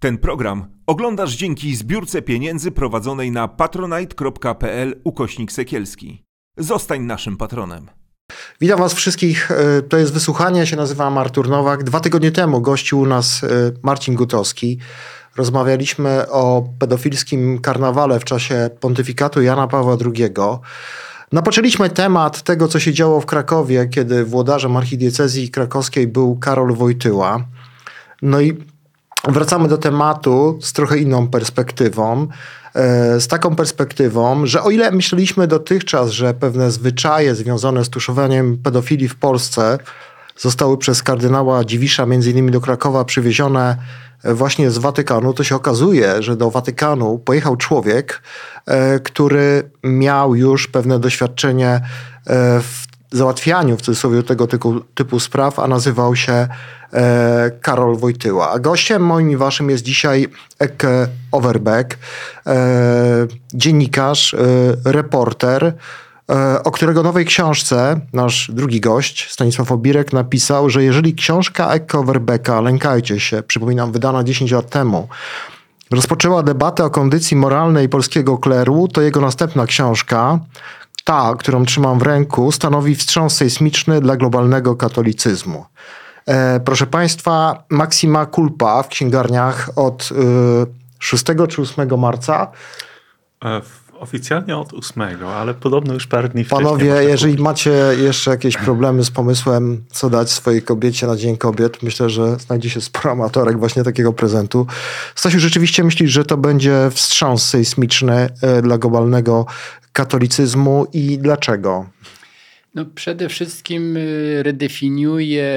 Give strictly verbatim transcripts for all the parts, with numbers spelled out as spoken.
Ten program oglądasz dzięki zbiórce pieniędzy prowadzonej na patronite.pl ukośnik Sekielski. Zostań naszym patronem. Witam was wszystkich. To jest wysłuchanie. Ja się nazywam Artur Nowak. Dwa tygodnie temu gościł u nas Marcin Gutowski. Rozmawialiśmy o pedofilskim karnawale w czasie pontyfikatu Jana Pawła drugiego. Napoczęliśmy temat tego, co się działo w Krakowie, kiedy włodarzem archidiecezji krakowskiej był Karol Wojtyła. No i wracamy do tematu z trochę inną perspektywą. Z taką perspektywą, że o ile myśleliśmy dotychczas, że pewne zwyczaje związane z tuszowaniem pedofilii w Polsce zostały przez kardynała Dziwisza między innymi do Krakowa przywiezione właśnie z Watykanu, to się okazuje, że do Watykanu pojechał człowiek, który miał już pewne doświadczenie w załatwianiu w cudzysłowie tego typu, typu spraw, a nazywał się e, Karol Wojtyła. A gościem moim i waszym jest dzisiaj Eke Overbeck, e, dziennikarz, e, reporter, e, o którego nowej książce nasz drugi gość, Stanisław Obirek, napisał, że jeżeli książka Eke Overbecka, lękajcie się, przypominam, wydana dziesięć lat temu, rozpoczęła debatę o kondycji moralnej polskiego kleru, to jego następna książka, ta, którą trzymam w ręku, stanowi wstrząs sejsmiczny dla globalnego katolicyzmu. E, proszę Państwa, Maxima Culpa w księgarniach od y, szóstego czy ósmego marca. E, oficjalnie od ósmego, ale podobno już parę dni wcześniej. Panowie, jeżeli kupić. macie jeszcze jakieś problemy z pomysłem, co dać swojej kobiecie na Dzień Kobiet, myślę, że znajdzie się sporo amatorek właśnie takiego prezentu. Stasiu, rzeczywiście myślisz, że to będzie wstrząs sejsmiczny y, dla globalnego katolicyzmu i dlaczego? No przede wszystkim redefiniuje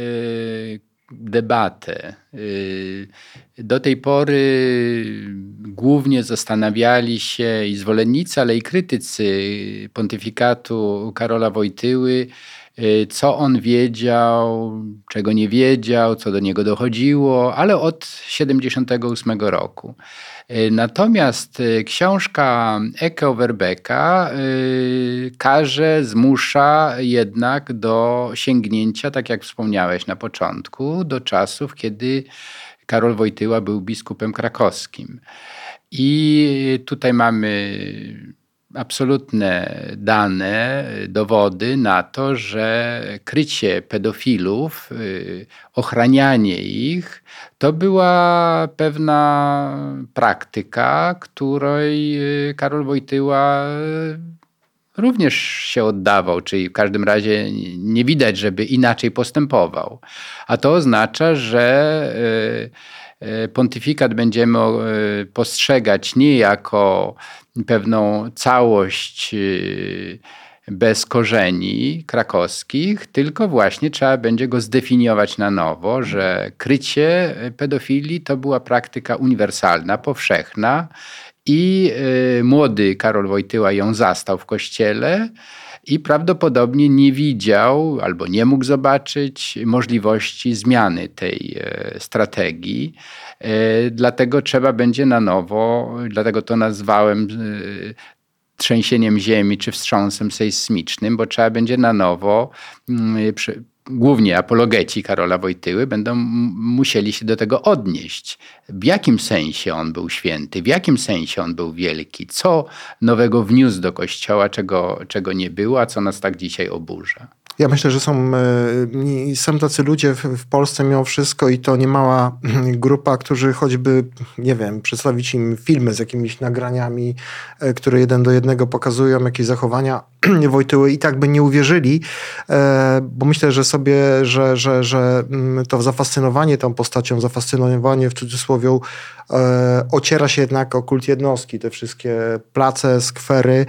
debatę. Do tej pory głównie zastanawiali się i zwolennicy, ale i krytycy pontyfikatu Karola Wojtyły, co on wiedział, czego nie wiedział, co do niego dochodziło, ale od siedemdziesiątego ósmego roku. Natomiast książka Eke Overbecka yy, każe, zmusza jednak do sięgnięcia, tak jak wspomniałeś na początku, do czasów, kiedy Karol Wojtyła był biskupem krakowskim. I tutaj mamy absolutne dane, dowody na to, że krycie pedofilów, ochranianie ich, to była pewna praktyka, której Karol Wojtyła również się oddawał, czyli w każdym razie nie widać, żeby inaczej postępował. A to oznacza, że pontyfikat będziemy postrzegać nie jako pewną całość bez korzeni krakowskich, tylko właśnie trzeba będzie go zdefiniować na nowo, że krycie pedofilii to była praktyka uniwersalna, powszechna i młody Karol Wojtyła ją zastał w kościele i prawdopodobnie nie widział albo nie mógł zobaczyć możliwości zmiany tej strategii. Dlatego trzeba będzie na nowo, dlatego to nazwałem trzęsieniem ziemi czy wstrząsem sejsmicznym, bo trzeba będzie na nowo, głównie apologeci Karola Wojtyły będą musieli się do tego odnieść. W jakim sensie on był święty, w jakim sensie on był wielki, co nowego wniósł do Kościoła, czego, czego nie było, a co nas tak dzisiaj oburza. Ja myślę, że są, są tacy ludzie w, w Polsce mimo wszystko i to niemała grupa, którzy choćby, nie wiem, przedstawić im filmy z jakimiś nagraniami, które jeden do jednego pokazują jakieś zachowania Wojtyły i tak by nie uwierzyli, bo myślę, że sobie, że, że, że to zafascynowanie tą postacią, zafascynowanie w cudzysłowie ociera się jednak o kult jednostki, te wszystkie place, skwery,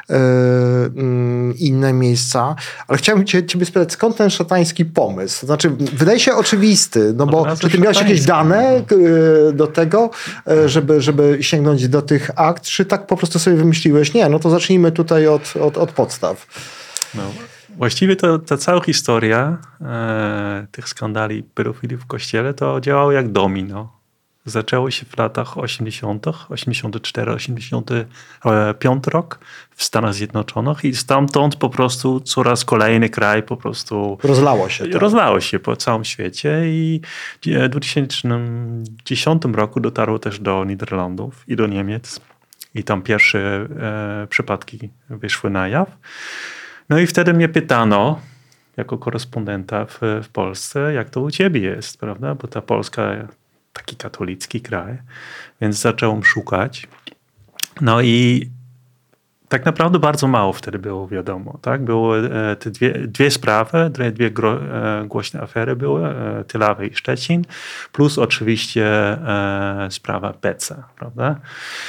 inne miejsca. Ale chciałbym cię, ciebie spytać, skąd ten szatański pomysł? Znaczy, wydaje się oczywisty, no bo czy ty miałeś jakieś dane do tego, żeby, żeby sięgnąć do tych akt, czy tak po prostu sobie wymyśliłeś, nie, no to zacznijmy tutaj od, od, od podstaw. No, właściwie to, ta cała historia e, tych skandali pedofilii w kościele to działało jak domino. zaczęło się w latach osiemdziesiątych, osiemdziesiąty czwarty, osiemdziesiąty piąty rok w Stanach Zjednoczonych i stamtąd po prostu coraz kolejny kraj po prostu rozlało się. Tak? Rozlało się po całym świecie i w dwa tysiące dziesiątym roku dotarło też do Niderlandów i do Niemiec i tam pierwsze e, przypadki wyszły na jaw. No i wtedy mnie pytano, jako korespondenta w, w Polsce, jak to u ciebie jest, prawda? Bo ta Polska taki katolicki kraj, więc zacząłem szukać. No i tak naprawdę bardzo mało wtedy było wiadomo. Tak? Były e, te dwie, dwie sprawy, dwie, dwie gro, e, głośne afery były, e, Tylawy i Szczecin, plus oczywiście e, sprawa Beca, prawda?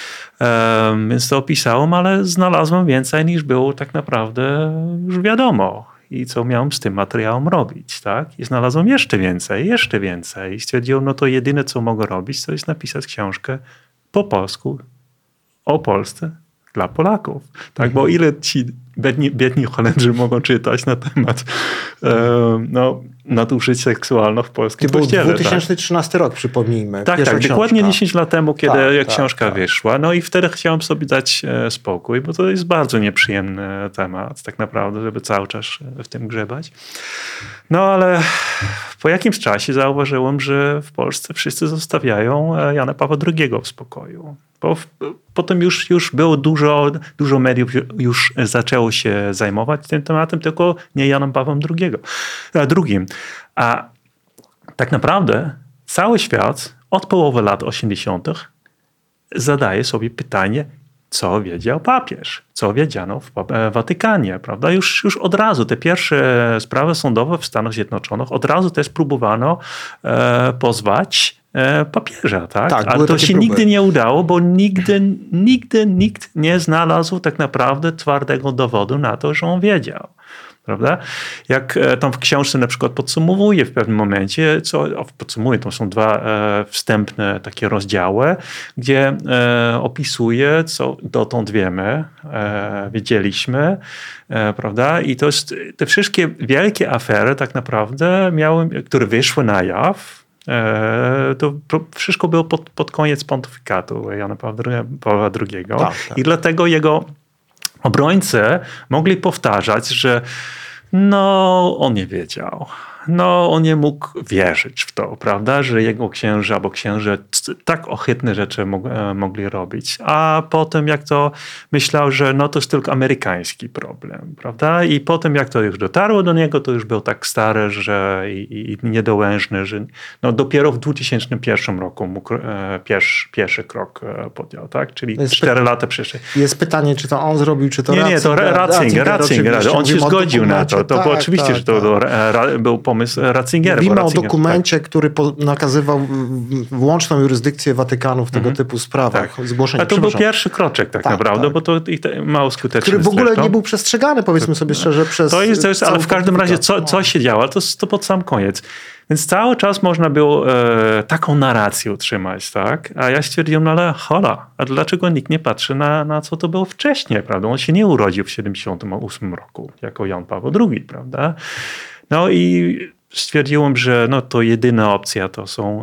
E, więc to opisałem, ale znalazłem więcej niż było tak naprawdę już wiadomo. I co miałem z tym materiałem robić, tak? I znalazłem jeszcze więcej, jeszcze więcej. I stwierdziłem, no to jedyne, co mogę robić, to jest napisać książkę po polsku o Polsce dla Polaków. Tak? Bo ile ci biedni, biedni Holendrzy mogą czytać na temat e, no, nadużyć seksualnych w polskim To był kościele. dwa tysiące trzynasty tak? rok, przypomnijmy. Tak, tak, książka. dokładnie dziesięć lat temu, kiedy tak, jak tak, książka tak. wyszła. No i wtedy chciałem sobie dać e, spokój, bo to jest bardzo nieprzyjemny temat tak naprawdę, żeby cały czas w tym grzebać. No ale po jakimś czasie zauważyłem, że w Polsce wszyscy zostawiają Jana Pawła drugiego w spokoju. Bo w, potem już, już było dużo, dużo mediów już zaczęło się zajmować tym tematem, tylko nie Janem Pawłem drugiego, a drugim. A tak naprawdę cały świat od połowy lat osiemdziesiątych zadaje sobie pytanie, co wiedział papież, co wiedziano w Watykanie, prawda? Już, już od razu te pierwsze sprawy sądowe w Stanach Zjednoczonych, od razu też próbowano e, pozwać e, papieża, tak? Tak, ale to się próby. nigdy nie udało, bo nigdy, nigdy nikt nie znalazł tak naprawdę twardego dowodu na to, że on wiedział. Prawda? Jak tam w książce na przykład podsumowuje w pewnym momencie, co podsumuje, to są dwa e, wstępne takie rozdziały, gdzie e, opisuje, co dotąd wiemy, e, wiedzieliśmy, e, prawda? I to jest, te wszystkie wielkie afery tak naprawdę miały, które wyszły na jaw, e, to wszystko było pod, pod koniec pontyfikatu Jana Pawła drugiego. Tak, tak. I dlatego jego obrońcy mogli powtarzać, że no, on nie wiedział. No, on nie mógł wierzyć w to, prawda, że jego księża albo księże tak ohydne rzeczy mogli robić. A potem jak to myślał, że no to jest tylko amerykański problem, prawda? I potem jak to już dotarło do niego, to już był tak stary, że i, i niedołężny, że no dopiero w dwa tysiące pierwszym roku mógł e, pierwszy, pierwszy krok e, podjął, tak? Czyli cztery lata przyszły. Jest pytanie, czy to on zrobił, czy to Nie, Ratzinger? nie, to Ratzinger, Ratzinger, Ratzinger. On się zgodził na to. To tak, było oczywiście, tak, że to tak. był, ra, był pomysł Ratzingera. Mówimy Ratzinger, o dokumencie, tak. który po, nakazywał włączną jurysdykcję Watykanu w tego mm-hmm. typu sprawach. Tak. Zgłoszenie. A to był pierwszy kroczek tak, tak naprawdę, tak. bo to i te, mało skuteczny. Który w ogóle zresztą. nie był przestrzegany, powiedzmy sobie szczerze, przez... To jest, to jest ale w każdym razie co, co się działo, to, to pod sam koniec. Więc cały czas można było e, taką narrację utrzymać, tak? A ja stwierdziłem, no ale hola, a dlaczego nikt nie patrzy na, na co to było wcześniej, prawda? On się nie urodził w siedemdziesiątym ósmym roku jako Jan Paweł drugi, prawda? No i stwierdziłem, że no to jedyna opcja to są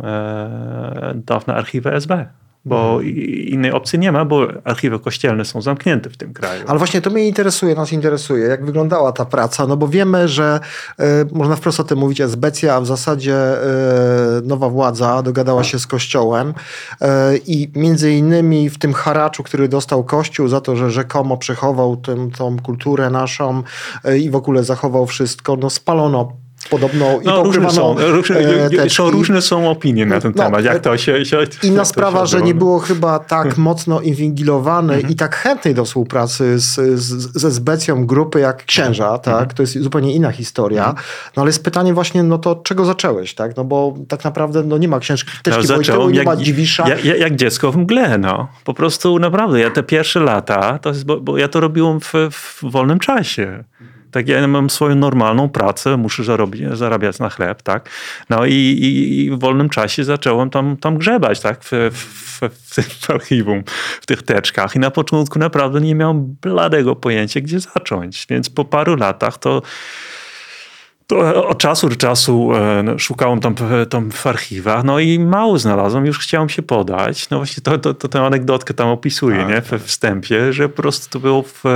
e, dawne archiwy S B. Bo hmm. innej opcji nie ma, bo archiwy kościelne są zamknięte w tym kraju. Ale właśnie to mnie interesuje, nas interesuje, jak wyglądała ta praca, no bo wiemy, że y, można wprost o tym mówić, esbecja, a w zasadzie y, nowa władza dogadała się z Kościołem y, i między innymi w tym haraczu, który dostał Kościół za to, że rzekomo przechował tym, tą kulturę naszą y, i w ogóle zachował wszystko, no spalono podobno i no, różne są, różne, e, są, różne są opinie na ten no, temat. Jak to się, się Inna to sprawa, się że nie było chyba tak mocno inwigilowany i tak chętnej do współpracy z, z, ze zbecją grupy jak księża, tak? To jest zupełnie inna historia. No ale jest pytanie właśnie, no to czego zacząłeś, tak? No bo tak naprawdę no, nie ma księżki też no, Wojtyły, nie ma Dziwisza. Jak, jak, jak dziecko w mgle, no. Po prostu naprawdę, ja te pierwsze lata, to jest, bo, bo ja to robiłem w, w wolnym czasie. Tak, ja mam swoją normalną pracę, muszę zarobić, zarabiać na chleb, tak? No i, i, i w wolnym czasie zacząłem tam, tam grzebać, tak? W, w, w, w archiwum, w tych teczkach. I na początku naprawdę nie miałem bladego pojęcia, gdzie zacząć. Więc po paru latach to To od czasu do czasu e, szukałem tam, tam w archiwach, no i mało znalazłem, już chciałem się podać. No właśnie to, to, to tę anegdotkę tam opisuję, tak, nie? W wstępie, że po prostu to było w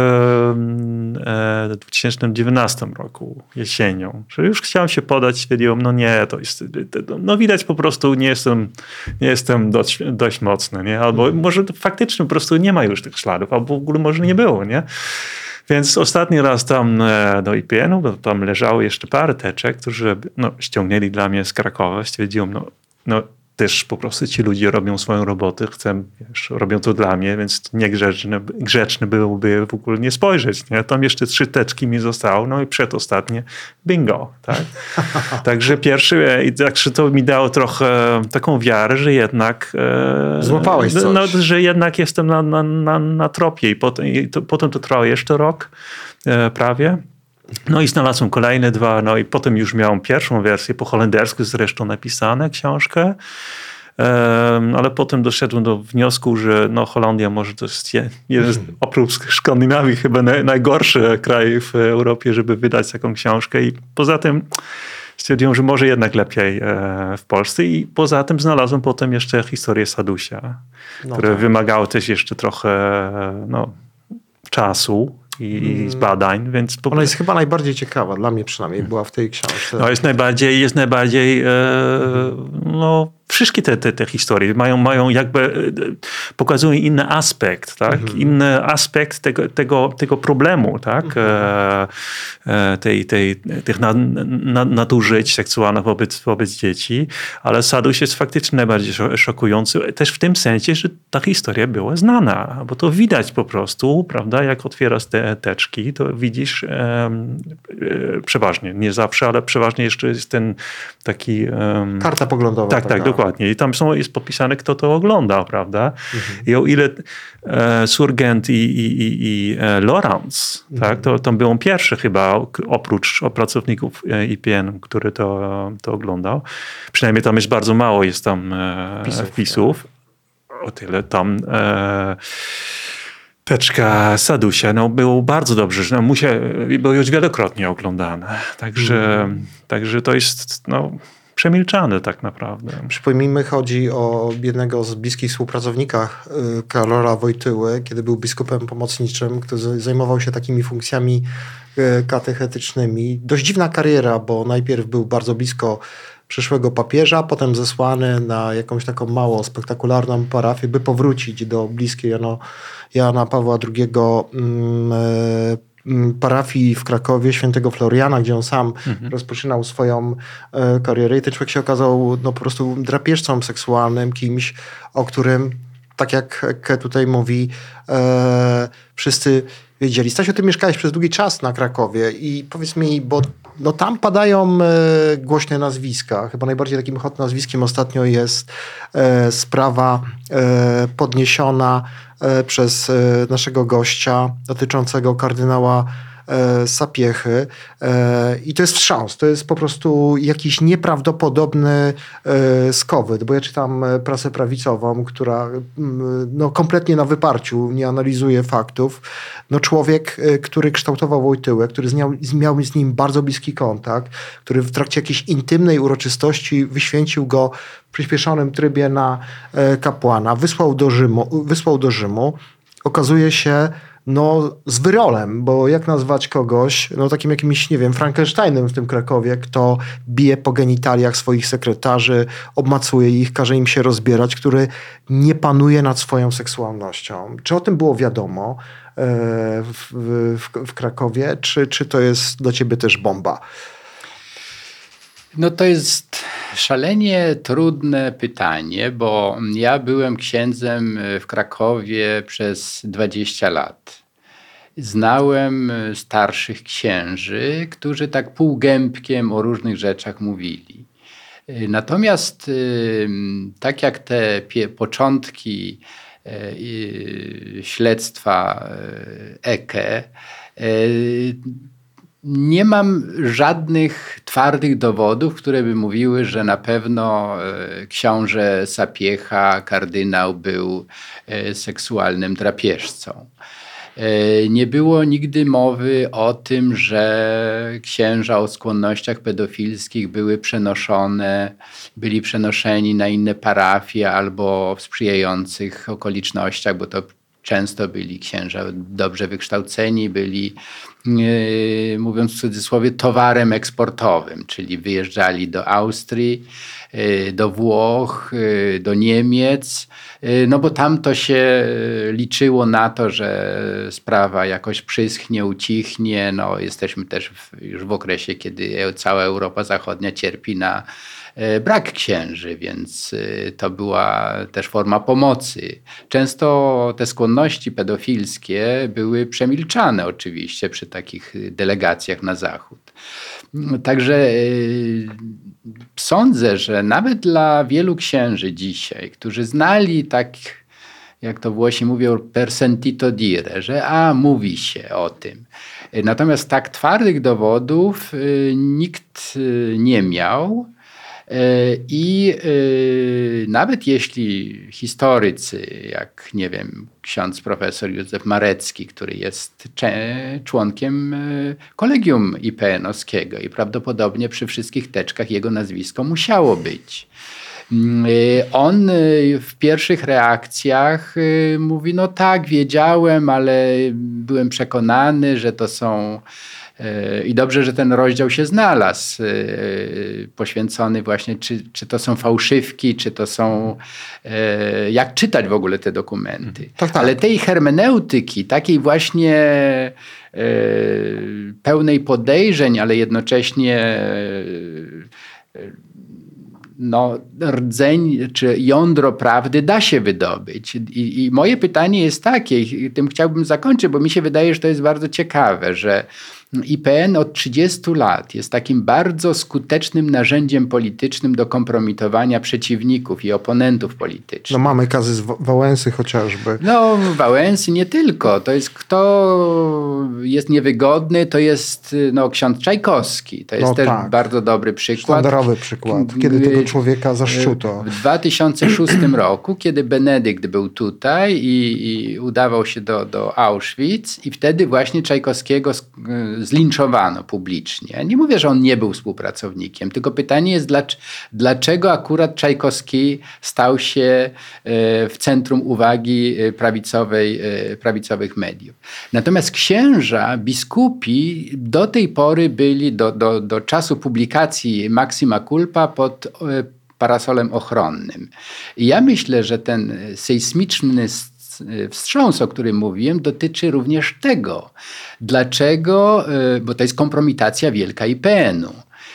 e, dwa tysiące dziewiętnastym roku, jesienią. Że już chciałem się podać, stwierdziłem, no nie, to jest, no widać po prostu nie jestem, nie jestem dość, dość mocny, nie? Albo hmm. może faktycznie po prostu nie ma już tych śladów, albo w ogóle może nie było, nie? Więc ostatni raz tam do I P N-u, bo tam leżało jeszcze parę teczek, którzy no, ściągnęli dla mnie z Krakowa. Stwierdziłem, no, no też po prostu ci ludzie robią swoją robotę, chcę, wiesz, robią to dla mnie, więc niegrzeczne grzeczne byłoby w ogóle nie spojrzeć. Nie? Tam jeszcze trzy teczki mi zostało, no i przedostatnie bingo. Tak? Także pierwszy, i także to mi dało trochę taką wiarę, że jednak złapałeś coś. No, że jednak jestem na, na, na, na tropie i potem, i to, potem to trwało jeszcze rok e, prawie. No i znalazłem kolejne dwa, no i potem już miałem pierwszą wersję, po holendersku zresztą napisane, książkę, um, ale potem doszedłem do wniosku, że no Holandia może to jest jeden z, oprócz Skandynawii chyba naj, najgorszy kraj w Europie, żeby wydać taką książkę i poza tym stwierdziłem, że może jednak lepiej e, w Polsce i poza tym znalazłem potem jeszcze historię Sadusia, no które tak. wymagało też jeszcze trochę no, czasu i z badań, więc... Po... Ona jest chyba najbardziej ciekawa, dla mnie przynajmniej, była w tej książce. No jest najbardziej, jest najbardziej, e, no wszystkie te, te, te historie mają, mają jakby, e, pokazują inny aspekt, tak? Mhm. Inny aspekt tego, tego, tego problemu, tak? Mhm. E, tej, tej, tych na, na, nadużyć seksualnych wobec, wobec dzieci, ale Saduś jest faktycznie najbardziej szokujący, też w tym sensie, że ta historia była znana, bo to widać po prostu, prawda? Jak otwierasz te teczki, to widzisz e, e, przeważnie, nie zawsze, ale przeważnie jeszcze jest ten taki... E, karta poglądowa. Tak, tak, dokładnie. I tam są, jest popisane, kto to oglądał, prawda? Mhm. I o ile e, Surgent i, i, i, i e, Lawrence, mhm. tak, to tam było pierwsze chyba, oprócz pracowników I P N, który to, to oglądał. Przynajmniej tam jest bardzo mało, jest tam e, wpisów. wpisów. O tyle tam... E, Teczka Sadusia, no było bardzo dobrze, no musia, było już wielokrotnie oglądane, także, mm. także to jest no, przemilczane tak naprawdę. Przypomnijmy, chodzi o jednego z bliskich współpracowników Karola Wojtyły, kiedy był biskupem pomocniczym, który zajmował się takimi funkcjami katechetycznymi. Dość dziwna kariera, bo najpierw był bardzo blisko przyszłego papieża, potem zesłany na jakąś taką mało spektakularną parafię, by powrócić do bliskiej Jana, Jana Pawła drugiego mm, parafii w Krakowie, świętego Floriana, gdzie on sam mhm. rozpoczynał swoją e, karierę i ten człowiek się okazał no, po prostu drapieżcą seksualnym, kimś, o którym, tak jak Ke tutaj mówi, e, wszyscy wiedzieli. Stasiu, ty mieszkałeś przez długi czas na Krakowie i powiedz mi, bo no tam padają e, głośne nazwiska. Chyba najbardziej takim hot nazwiskiem ostatnio jest e, sprawa e, podniesiona e, przez e, naszego gościa dotyczącego kardynała e, Sapiechy. E, I to jest wstrząs. To jest po prostu jakiś nieprawdopodobny e, skowyt, bo ja czytam prasę prawicową, która no, kompletnie na wyparciu nie analizuje faktów. No człowiek, który kształtował Wojtyłę, który miał, miał z nim bardzo bliski kontakt, który w trakcie jakiejś intymnej uroczystości wyświęcił go w przyspieszonym trybie na e, kapłana, wysłał do Rzymu, wysłał do Rzymu. Okazuje się no z wyrolem, bo jak nazwać kogoś, no takim jakimś, nie wiem, Frankensteinem w tym Krakowie, kto bije po genitaliach swoich sekretarzy, obmacuje ich, każe im się rozbierać, który nie panuje nad swoją seksualnością. Czy o tym było wiadomo e, w, w, w Krakowie, czy, czy to jest dla ciebie też bomba? No to jest szalenie trudne pytanie, bo ja byłem księdzem w Krakowie przez dwadzieścia lat. Znałem starszych księży, którzy tak półgębkiem o różnych rzeczach mówili. Natomiast tak jak te początki śledztwa E K E, nie mam żadnych twardych dowodów, które by mówiły, że na pewno książę Sapiecha, kardynał, był seksualnym drapieżcą. Nie było nigdy mowy o tym, że księża o skłonnościach pedofilskich były przenoszone, byli przenoszeni na inne parafie albo w sprzyjających okolicznościach, bo to często byli księża dobrze wykształceni, byli, yy, mówiąc w cudzysłowie, towarem eksportowym, czyli wyjeżdżali do Austrii, yy, do Włoch, yy, do Niemiec, yy, no bo tam to się liczyło na to, że sprawa jakoś przyschnie, ucichnie. No, jesteśmy też w, już w okresie, kiedy cała Europa Zachodnia cierpi na brak księży, więc to była też forma pomocy. Często te skłonności pedofilskie były przemilczane oczywiście przy takich delegacjach na zachód. Także sądzę, że nawet dla wielu księży dzisiaj, którzy znali tak, jak to Włosi mówią, per sentito dire, że a, mówi się o tym. Natomiast tak twardych dowodów nikt nie miał. I nawet jeśli historycy, jak nie wiem, ksiądz profesor Józef Marecki, który jest członkiem kolegium I P N-owskiego i prawdopodobnie przy wszystkich teczkach jego nazwisko musiało być. On w pierwszych reakcjach mówi, no tak, wiedziałem, ale byłem przekonany, że to są... I dobrze, że ten rozdział się znalazł, poświęcony właśnie, czy, czy to są fałszywki, czy to są... Jak czytać w ogóle te dokumenty. Tak, tak. Ale tej hermeneutyki, takiej właśnie pełnej podejrzeń, ale jednocześnie... no, rdzeń czy jądro prawdy da się wydobyć. I, I moje pytanie jest takie, i tym chciałbym zakończyć, bo mi się wydaje, że to jest bardzo ciekawe, że I P N od trzydziestu lat jest takim bardzo skutecznym narzędziem politycznym do kompromitowania przeciwników i oponentów politycznych. No mamy kazus Wałęsy chociażby. No Wałęsy nie tylko. To jest kto jest niewygodny, to jest no, ksiądz Czajkowski. To jest no też tak. bardzo dobry przykład. Sztandarowy przykład, kiedy tego człowieka zaszczuto. W dwa tysiące szóstym roku, kiedy Benedykt był tutaj i, i udawał się do, do Auschwitz i wtedy właśnie Czajkowskiego zlinczowano publicznie. Ja nie mówię, że on nie był współpracownikiem, tylko pytanie jest, dlaczego akurat Czajkowski stał się w centrum uwagi prawicowej, prawicowych mediów. Natomiast księża, biskupi do tej pory byli, do, do, do czasu publikacji Maxima Culpa pod parasolem ochronnym. I ja myślę, że ten sejsmiczny wstrząs, o którym mówiłem, dotyczy również tego. Dlaczego? Bo to jest kompromitacja wielka I P N-u.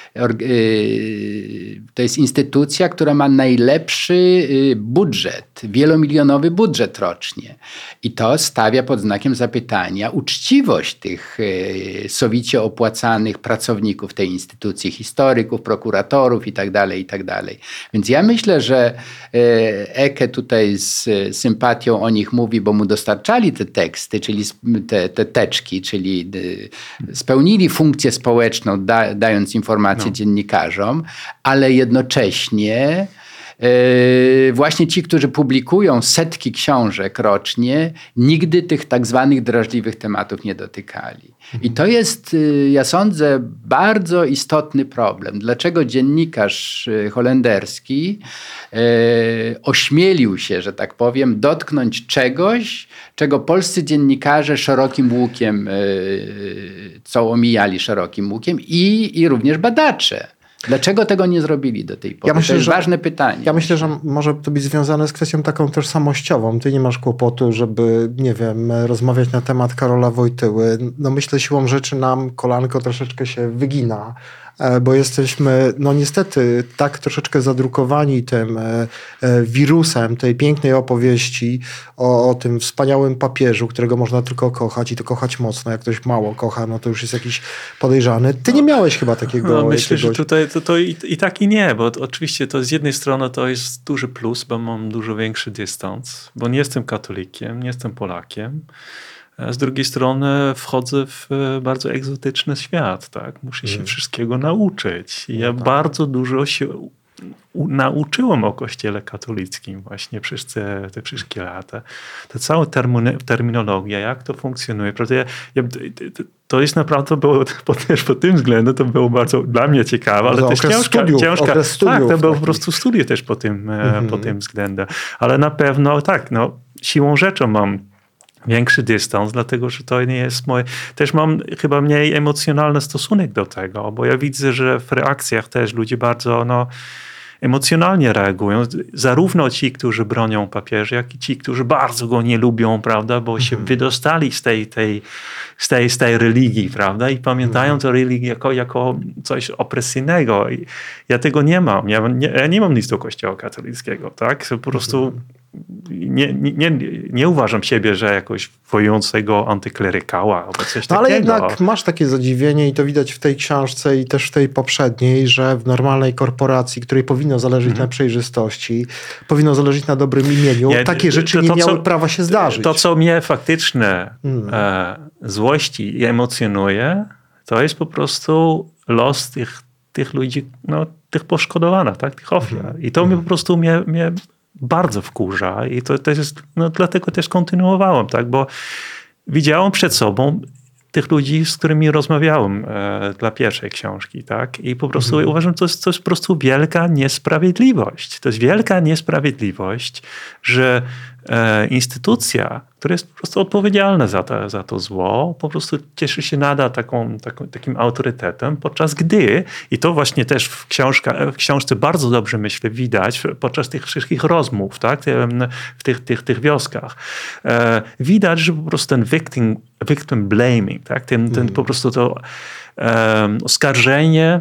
To jest instytucja, która ma najlepszy budżet, wielomilionowy budżet rocznie. I to stawia pod znakiem zapytania uczciwość tych sowicie opłacanych pracowników tej instytucji, historyków, prokuratorów itd., itd. Więc ja myślę, że Eke tutaj z sympatią o nich mówi, bo mu dostarczali te teksty, czyli te, te teczki, czyli spełnili funkcję społeczną, da, dając informacje no. dziennikarzom, ale jednocześnie Yy, właśnie ci, którzy publikują setki książek rocznie, nigdy tych tak zwanych drażliwych tematów nie dotykali. I to jest, yy, ja sądzę, bardzo istotny problem. Dlaczego dziennikarz yy, holenderski yy, ośmielił się, że tak powiem, dotknąć czegoś, czego polscy dziennikarze szerokim łukiem, yy, co omijali szerokim łukiem i, i również badacze. Dlaczego tego nie zrobili do tej pory? Ja myślę, to jest że, ważne pytanie. Ja myślę, że może to być związane z kwestią taką tożsamościową. Ty nie masz kłopotu, żeby, nie wiem, rozmawiać na temat Karola Wojtyły. No myślę, siłą rzeczy nam kolanko troszeczkę się wygina, bo jesteśmy, no niestety, tak troszeczkę zadrukowani tym wirusem tej pięknej opowieści o, o tym wspaniałym papieżu, którego można tylko kochać i to kochać mocno. Jak ktoś mało kocha, no to już jest jakiś podejrzany. Ty nie miałeś chyba takiego... No, myślę, jakiegoś... że tutaj to, to i, i tak i nie, bo oczywiście to z jednej strony to jest duży plus, bo mam dużo większy dystans, bo nie jestem katolikiem, nie jestem Polakiem. Z drugiej strony wchodzę w bardzo egzotyczny świat, tak? Muszę się mm. wszystkiego nauczyć. I ja no tak. bardzo dużo się u, nauczyłem o Kościele katolickim właśnie przez te, te wszystkie lata. Ta cała termino, terminologia, jak to funkcjonuje. Prawda? Ja, ja, to jest naprawdę, było, też pod tym względem, to było bardzo dla mnie ciekawe, ale też ciężka. Studiów, ciężka studiów, tak, to było takich. po prostu studiów też pod tym, Mhm. pod tym względem. Ale na pewno tak, no, siłą rzeczą mam większy dystans, dlatego że to nie jest moje... Też mam chyba mniej emocjonalny stosunek do tego, bo ja widzę, że w reakcjach też ludzie bardzo no, emocjonalnie reagują. Zarówno ci, którzy bronią papieża, jak i ci, którzy bardzo go nie lubią, prawda, bo się Mhm. wydostali z tej, tej, z tej, z tej religii, prawda, i pamiętają tę religię jako, jako coś opresyjnego. I ja tego nie mam. Ja nie, ja nie mam nic do Kościoła katolickiego, tak? Po prostu nie, nie, nie, nie uważam siebie, że jakoś wojującego antyklerykała albo coś No, takiego. ale jednak masz takie zadziwienie i to widać w tej książce i też w tej poprzedniej, że w normalnej korporacji, której powinno zależeć Mhm. na przejrzystości, powinno zależeć na dobrym imieniu, Nie, takie rzeczy to- nie to, miały co- prawa się zdarzyć. To, co mnie faktycznie Mm. e, złości i emocjonuje, to jest po prostu los tych, tych ludzi, no, tych poszkodowanych, tak? Tych ofiar. I to mnie po prostu mnie, mnie bardzo wkurza i to, to jest, no, dlatego też kontynuowałem, tak? Bo widziałem przed sobą tych ludzi, z którymi rozmawiałem e, dla pierwszej książki, tak? I po prostu Mhm. uważam, że to jest, to jest po prostu wielka niesprawiedliwość. To jest wielka niesprawiedliwość, że e, instytucja, która jest po prostu odpowiedzialna za to, za to zło, po prostu cieszy się nadal taką, taką, takim autorytetem, podczas gdy, i to właśnie też w, książka, w książce bardzo dobrze, myślę, widać, podczas tych wszystkich rozmów, tak? w tych, tych, tych wioskach, e, widać, że po prostu ten victim, victim blaming, tak? ten, ten po prostu to e, oskarżenie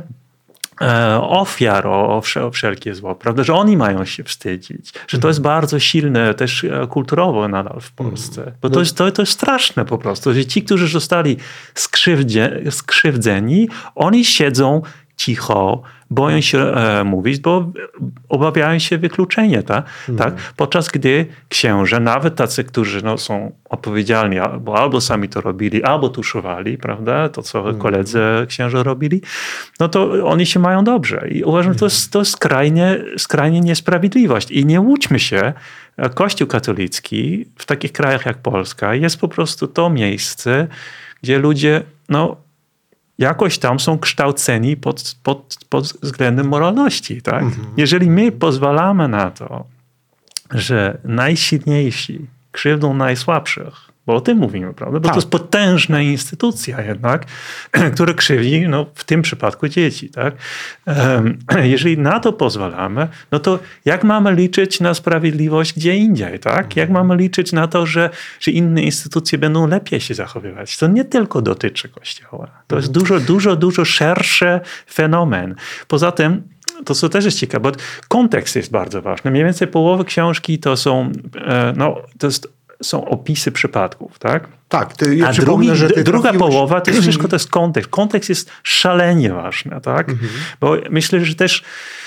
ofiar o, o wszelkie zło, prawda, że oni mają się wstydzić, że to jest bardzo silne też kulturowo nadal w Polsce, bo to jest, to, to jest straszne po prostu, że ci, którzy zostali skrzywdzie, skrzywdzeni, oni siedzą cicho, boją się e, mówić, bo obawiają się wykluczenia, ta? Mhm. tak? Podczas gdy księże, nawet tacy, którzy no, są odpowiedzialni, albo, albo sami to robili, albo tuszowali, prawda, to co Mhm. koledzy księże robili, no to oni się mają dobrze. I uważam, że to jest, to jest skrajnie, skrajnie niesprawiedliwość. I nie łudźmy się, Kościół katolicki w takich krajach jak Polska jest po prostu to miejsce, gdzie ludzie, no, jakoś tam są kształceni pod, pod, pod względem moralności. Tak? Mhm. Jeżeli my pozwalamy na to, że najsilniejsi krzywdą najsłabszych, bo o tym mówimy, prawda? Bo tak. to jest potężna instytucja jednak, która krzywdzi, no, w tym przypadku dzieci. Tak? Um, jeżeli na to pozwalamy, no to jak mamy liczyć na sprawiedliwość gdzie indziej? Tak? Jak mamy liczyć na to, że, że inne instytucje będą lepiej się zachowywać? To nie tylko dotyczy Kościoła. To jest dużo, dużo, dużo szerszy fenomen. Poza tym, to co też jest ciekawe, bo kontekst jest bardzo ważny. Mniej więcej połowa książki to są, no, to jest są opisy przypadków, tak? Tak, ty, ja a drugi, że ty druga trafiłeś... połowa to jest wszystko, to jest kontekst. Kontekst jest szalenie ważny, tak? Mhm. Bo myślę, że też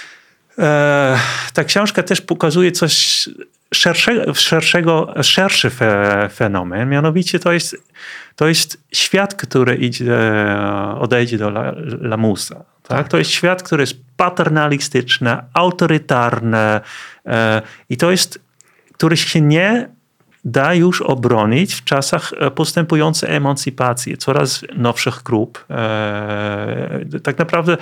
e, ta książka też pokazuje coś szerszego, szerszego szerszy fe, fenomen, mianowicie to jest, to jest świat, który idzie, odejdzie do lamusa. Tak? Tak. To jest świat, który jest paternalistyczny, autorytarny e, i to jest, który się nie da już obronić w czasach postępującej emancypacji coraz nowszych grup. E, tak naprawdę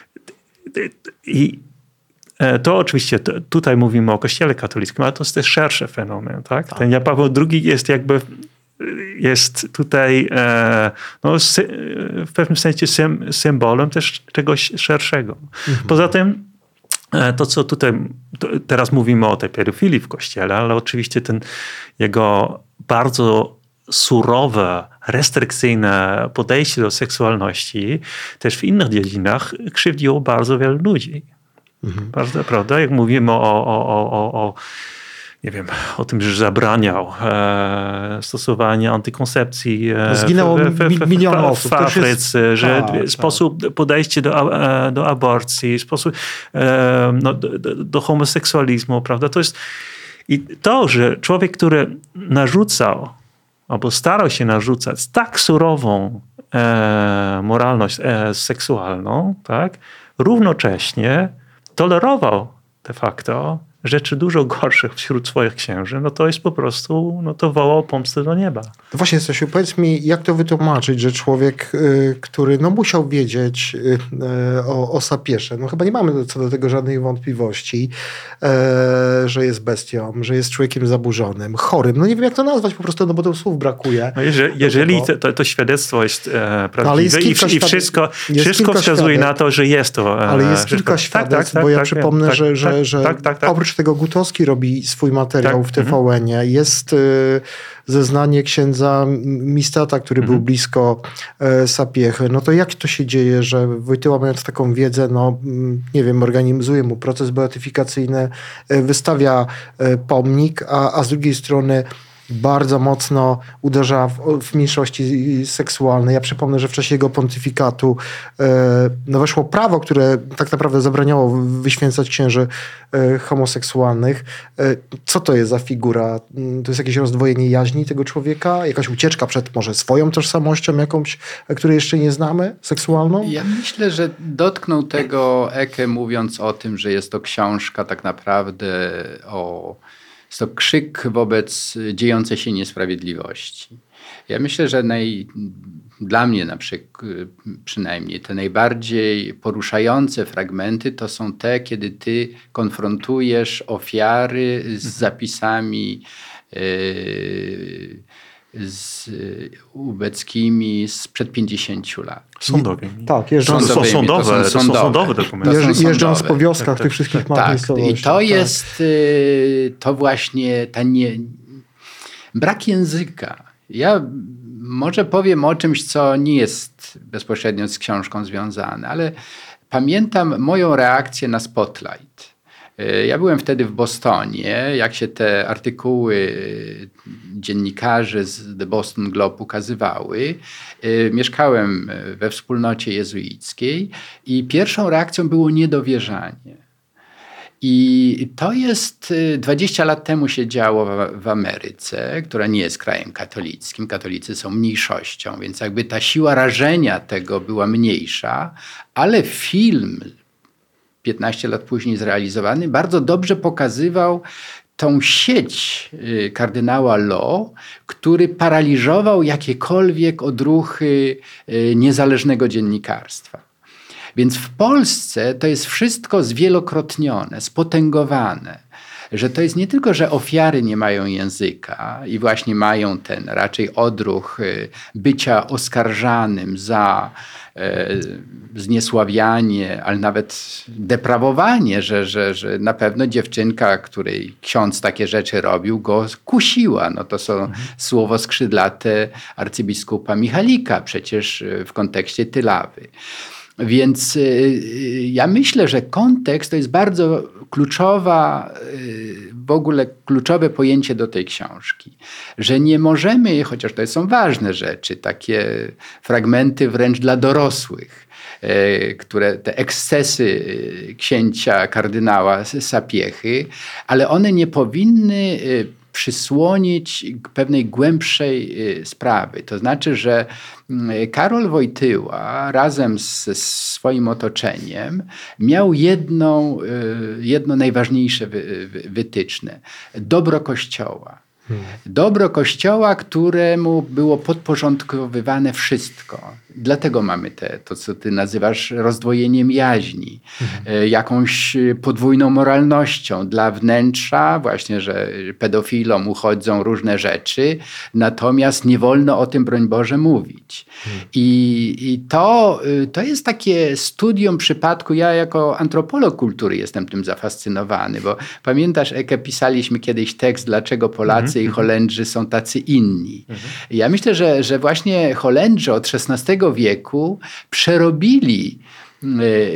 i to oczywiście to, tutaj mówimy o Kościele katolickim, ale to jest też szerszy fenomen. Tak? Tak. Ten Jan Paweł drugi jest jakby jest tutaj e, no, sy, w pewnym sensie sym, symbolem też czegoś szerszego. Mhm. Poza tym to, co tutaj teraz mówimy o tej pedofilii w Kościele, ale oczywiście ten jego bardzo surowe, restrykcyjne podejście do seksualności też w innych dziedzinach krzywdziło bardzo wielu ludzi. Mhm. Bardzo, prawda? Jak mówimy o, o, o, o, o nie wiem, o tym, że zabraniał e, stosowania antykoncepcji. E, Zginęło w, w, w, miliony osób. W Afryce, jest... że tak, sposób tak. podejście do, do aborcji, sposób e, no, do, do homoseksualizmu, prawda? To jest i to, że człowiek, który narzucał albo starał się narzucać tak surową e, moralność e, seksualną, tak, równocześnie tolerował de facto rzeczy dużo gorszych wśród swoich księży, no to jest po prostu, no to wołał pomstę do nieba. No właśnie, Stasiu, powiedz mi, jak to wytłumaczyć, że człowiek, y, który no musiał wiedzieć y, y, o, o Sapiesze, no chyba nie mamy co do tego żadnych wątpliwości, y, że jest bestią, że jest człowiekiem zaburzonym, chorym, no nie wiem jak to nazwać po prostu, no bo to słów brakuje. No jeżeli jeżeli to, to, to świadectwo jest e, prawdziwe ale jest i, kilka i wszystko, jest wszystko kilka wskazuje świadek. na to, że jest to. E, Ale jest że kilka to, świadectw, tak, tak, bo ja tak, przypomnę, tak, że, tak, że, że tak, tak, tak. oprócz tego Gutowski robi swój materiał Tak, w T V N-ie. Jest y, zeznanie księdza Mistata, który Mhm. był blisko y, Sapiechy. No to jak to się dzieje, że Wojtyła, mając taką wiedzę, no mm, nie wiem, organizuje mu proces beatyfikacyjny, y, wystawia y, pomnik, a, a z drugiej strony bardzo mocno uderza w, w mniejszości seksualne. Ja przypomnę, że w czasie jego pontyfikatu e, no weszło prawo, które tak naprawdę zabraniało wyświęcać księży e, homoseksualnych. E, co to jest za figura? To jest jakieś rozdwojenie jaźni tego człowieka? Jakaś ucieczka przed może swoją tożsamością jakąś, której jeszcze nie znamy, seksualną? Ja myślę, że dotknął tego Ecke, mówiąc o tym, że jest to książka tak naprawdę o... Jest to krzyk wobec dziejącej się niesprawiedliwości. Ja myślę, że naj, dla mnie na przykład, przynajmniej te najbardziej poruszające fragmenty to są te, kiedy ty konfrontujesz ofiary z zapisami yy, z ubeckimi sprzed pięćdziesięciu lat. Sądowymi. Tak, jeżdżąc, To są Sądowymi, to sądowe, są to są sądowe. sądowe dokumenty. To są jeżdż, jeżdżąc sądowe. po wioskach Tak, tych wszystkich tak, małych Tak, miejscowości. i to tak. jest y, to właśnie ta nie, brak języka. Ja może powiem o czymś, co nie jest bezpośrednio z książką związane, ale pamiętam moją reakcję na Spotlight. Y, Ja byłem wtedy w Bostonie, jak się te artykuły dziennikarzy z The Boston Globe ukazywały. Y, Mieszkałem we wspólnocie jezuickiej i pierwszą reakcją było niedowierzanie. I to jest dwadzieścia lat temu się działo w, w Ameryce, która nie jest krajem katolickim. Katolicy są mniejszością, więc jakby ta siła rażenia tego była mniejsza, ale film piętnaście lat później zrealizowany bardzo dobrze pokazywał tą sieć kardynała Law, który paraliżował jakiekolwiek odruchy niezależnego dziennikarstwa. Więc w Polsce to jest wszystko zwielokrotnione, spotęgowane. Że to jest nie tylko, że ofiary nie mają języka i właśnie mają ten raczej odruch bycia oskarżanym za e, zniesławianie, ale nawet deprawowanie, że, że, że na pewno dziewczynka, której ksiądz takie rzeczy robił, go kusiła. No to są mhm. słowo skrzydlate arcybiskupa Michalika przecież w kontekście Tylawy. Więc y, ja myślę, że kontekst to jest bardzo kluczowa, y, w ogóle kluczowe pojęcie do tej książki. Że nie możemy, chociaż to są ważne rzeczy, takie fragmenty wręcz dla dorosłych, y, które te ekscesy księcia kardynała Sapiechy, ale one nie powinny y, przysłonić pewnej głębszej sprawy. To znaczy, że Karol Wojtyła razem z swoim otoczeniem miał jedną, jedno najważniejsze wytyczne. Dobro Kościoła. Hmm. Dobro Kościoła, któremu było podporządkowywane wszystko. Dlatego mamy te, to, co ty nazywasz rozdwojeniem jaźni, hmm. jakąś podwójną moralnością dla wnętrza, właśnie, że pedofilom uchodzą różne rzeczy, natomiast nie wolno o tym, broń Boże, mówić. Hmm. I, i to, to jest takie studium przypadku, ja jako antropolog kultury jestem tym zafascynowany, bo pamiętasz, Ecke, pisaliśmy kiedyś tekst, dlaczego Polacy hmm. i Holendrzy są tacy inni. Hmm. Ja myślę, że, że właśnie Holendrzy od szesnastego wieku przerobili yy,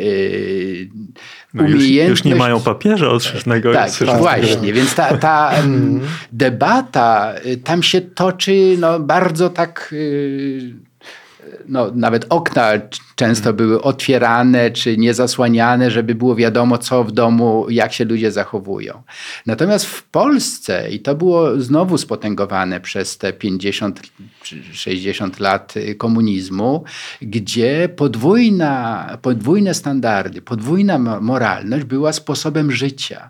no umiejętność... Już, już nie mają papieża od szesnastego Tak, tak właśnie, więc ta, ta mm. debata tam się toczy no, bardzo tak yy, no, nawet okna często były otwierane czy niezasłaniane, żeby było wiadomo, co w domu, jak się ludzie zachowują. Natomiast w Polsce, i to było znowu spotęgowane przez te pięćdziesiąt czy sześćdziesiąt lat komunizmu, gdzie podwójna, podwójne standardy, podwójna moralność była sposobem życia.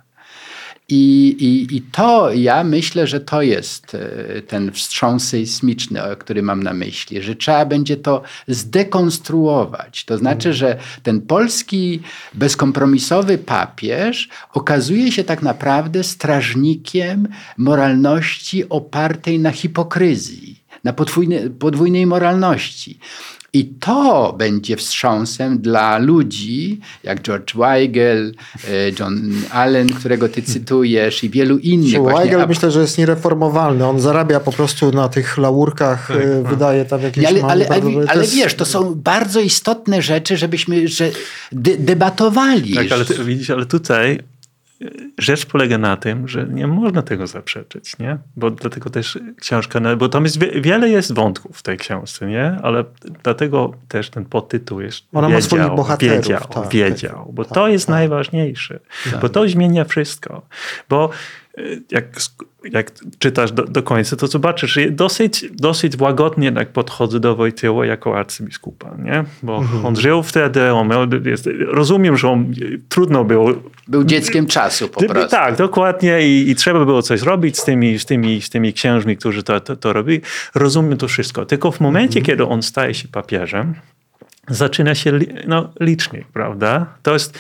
I, i, I to, ja myślę, że to jest ten wstrząs sejsmiczny, który mam na myśli, że trzeba będzie to zdekonstruować. To znaczy, że ten polski bezkompromisowy papież okazuje się tak naprawdę strażnikiem moralności opartej na hipokryzji, na podwójnej, podwójnej moralności. I to będzie wstrząsem dla ludzi, jak George Weigel, John Allen, którego ty cytujesz, i wielu innych. Weigel a... myślę, że jest niereformowalny. On zarabia po prostu na tych laurkach, tak, wydaje tam jakieś... Ale, ale, ale, bardzo... ale jest... wiesz, to są bardzo istotne rzeczy, żebyśmy że de- debatowali. Tak, ale ty, widzisz, ale tutaj rzecz polega na tym, że nie można tego zaprzeczyć, nie? Bo dlatego też książka, bo tam jest, wiele jest wątków w tej książce, nie? Ale dlatego też ten podtytuł jest Ona wiedział, ma swoich bohaterów. wiedział, tak, wiedział, bo tak, to jest tak. najważniejsze, tak. bo to zmienia wszystko, bo jak, jak czytasz do, do końca, to zobaczysz, że dosyć, dosyć łagodnie jednak podchodzę do Wojtyły jako arcybiskupa, nie? Bo mhm. on żył wtedy, on miał, jest, rozumiem, że on trudno było... Był dzieckiem czasu po prostu. Tak, dokładnie i, i trzeba było coś robić z tymi, z tymi, z tymi księżmi, którzy to, to, to robili. Rozumiem to wszystko. Tylko w momencie, mhm. kiedy on staje się papieżem, zaczyna się no, licznik, prawda? To jest...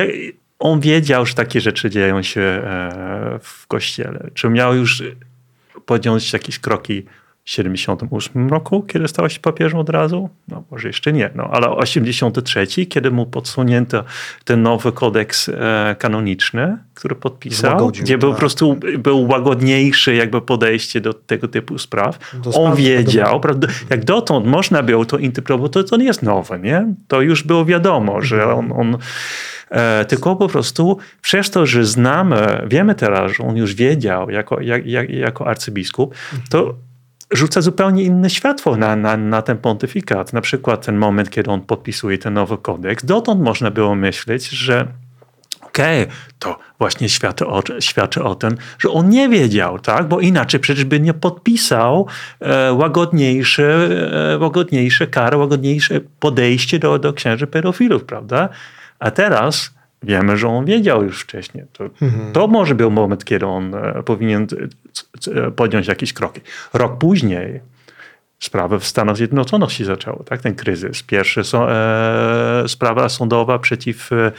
On wiedział, że takie rzeczy dzieją się w Kościele. Czy miał już podjąć jakieś kroki w siedemdziesiątym ósmym roku, kiedy stał się papieżem od razu? No może jeszcze nie, no, ale osiemdziesiąty trzeci, kiedy mu podsunięto ten nowy kodeks kanoniczny, który podpisał, Złagodził, gdzie był tak. po prostu był łagodniejszy jakby podejście do tego typu spraw. Do On wiedział, prawda, jak dotąd można było to interpretować, to, to nie jest nowe, nie? To już było wiadomo, że on, on E, tylko po prostu przez to, że znamy, wiemy teraz, że on już wiedział jako, jak, jak, jako arcybiskup, to rzuca zupełnie inne światło na, na, na ten pontyfikat. Na przykład ten moment, kiedy on podpisuje ten nowy kodeks. Dotąd można było myśleć, że okej, okay, to właśnie świadczy o, świadczy o tym, że on nie wiedział, tak? Bo inaczej przecież by nie podpisał e, łagodniejsze, e, łagodniejsze kary, łagodniejsze podejście do, do księży pedofilów, prawda? A teraz wiemy, że on wiedział już wcześniej. To, mhm. to może był moment, kiedy on e, powinien e, podjąć jakieś kroki. Rok później sprawa w Stanach Zjednoczonych się zaczęła, tak? Ten kryzys. Pierwsza so, e, sprawa sądowa przeciw e,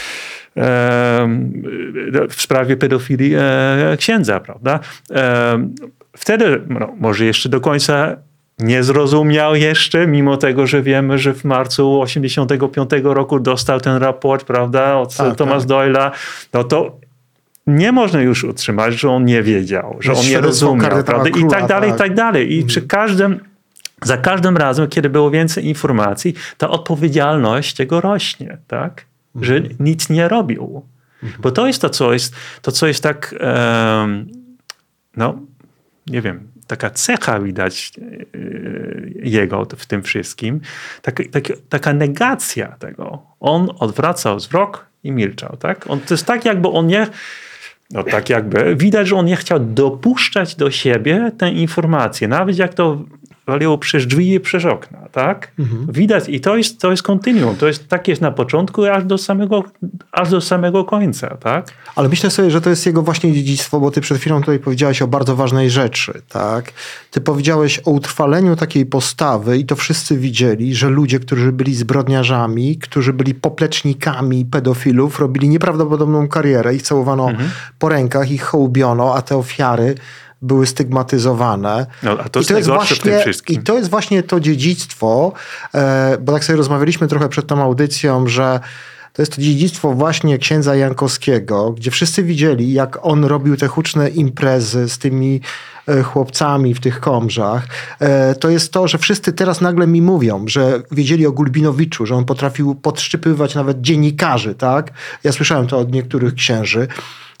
w sprawie pedofilii e, księdza, prawda? E, wtedy no, może jeszcze do końca nie zrozumiał jeszcze, mimo tego, że wiemy, że w marcu osiemdziesiątego piątego roku dostał ten raport, prawda, od tak, Thomas tak. Doyle'a, no to nie można już utrzymać, że on nie wiedział, że on nie rozumiał, prawda, króla, i tak dalej, tak. i tak dalej. I mhm. przy każdym, za każdym razem, kiedy było więcej informacji, ta odpowiedzialność tego rośnie, tak, mhm. że nic nie robił. Mhm. Bo to jest to, co jest, to, co jest tak, um, no, nie wiem, taka cecha widać jego w tym wszystkim, taka, taka, taka negacja tego. On odwracał wzrok i milczał, tak? On, to jest tak, jakby on nie, no tak jakby, widać, że on nie chciał dopuszczać do siebie tę informację, nawet jak to waliło przez drzwi i przez okna, tak? Mhm. Widać i to jest, to jest kontinuum, to jest tak jest na początku aż do samego, aż do samego końca, tak? Ale myślę sobie, że to jest jego właśnie dziedzictwo, bo ty przed chwilą tutaj powiedziałeś o bardzo ważnej rzeczy, tak? Ty powiedziałeś o utrwaleniu takiej postawy i to wszyscy widzieli, że ludzie, którzy byli zbrodniarzami, którzy byli poplecznikami pedofilów, robili nieprawdopodobną karierę, ich całowano mhm. po rękach, ich hołbiono, a te ofiary były stygmatyzowane. No, a to, I to jest właśnie, w tym wszystkim. I to jest właśnie to dziedzictwo, e, bo tak sobie rozmawialiśmy trochę przed tą audycją, że to jest to dziedzictwo właśnie księdza Jankowskiego, gdzie wszyscy widzieli, jak on robił te huczne imprezy z tymi chłopcami w tych komrzach. E, to jest to, że wszyscy teraz nagle mi mówią, że wiedzieli o Gulbinowiczu, że on potrafił podszczypywać nawet dziennikarzy, tak? Ja słyszałem to od niektórych księży.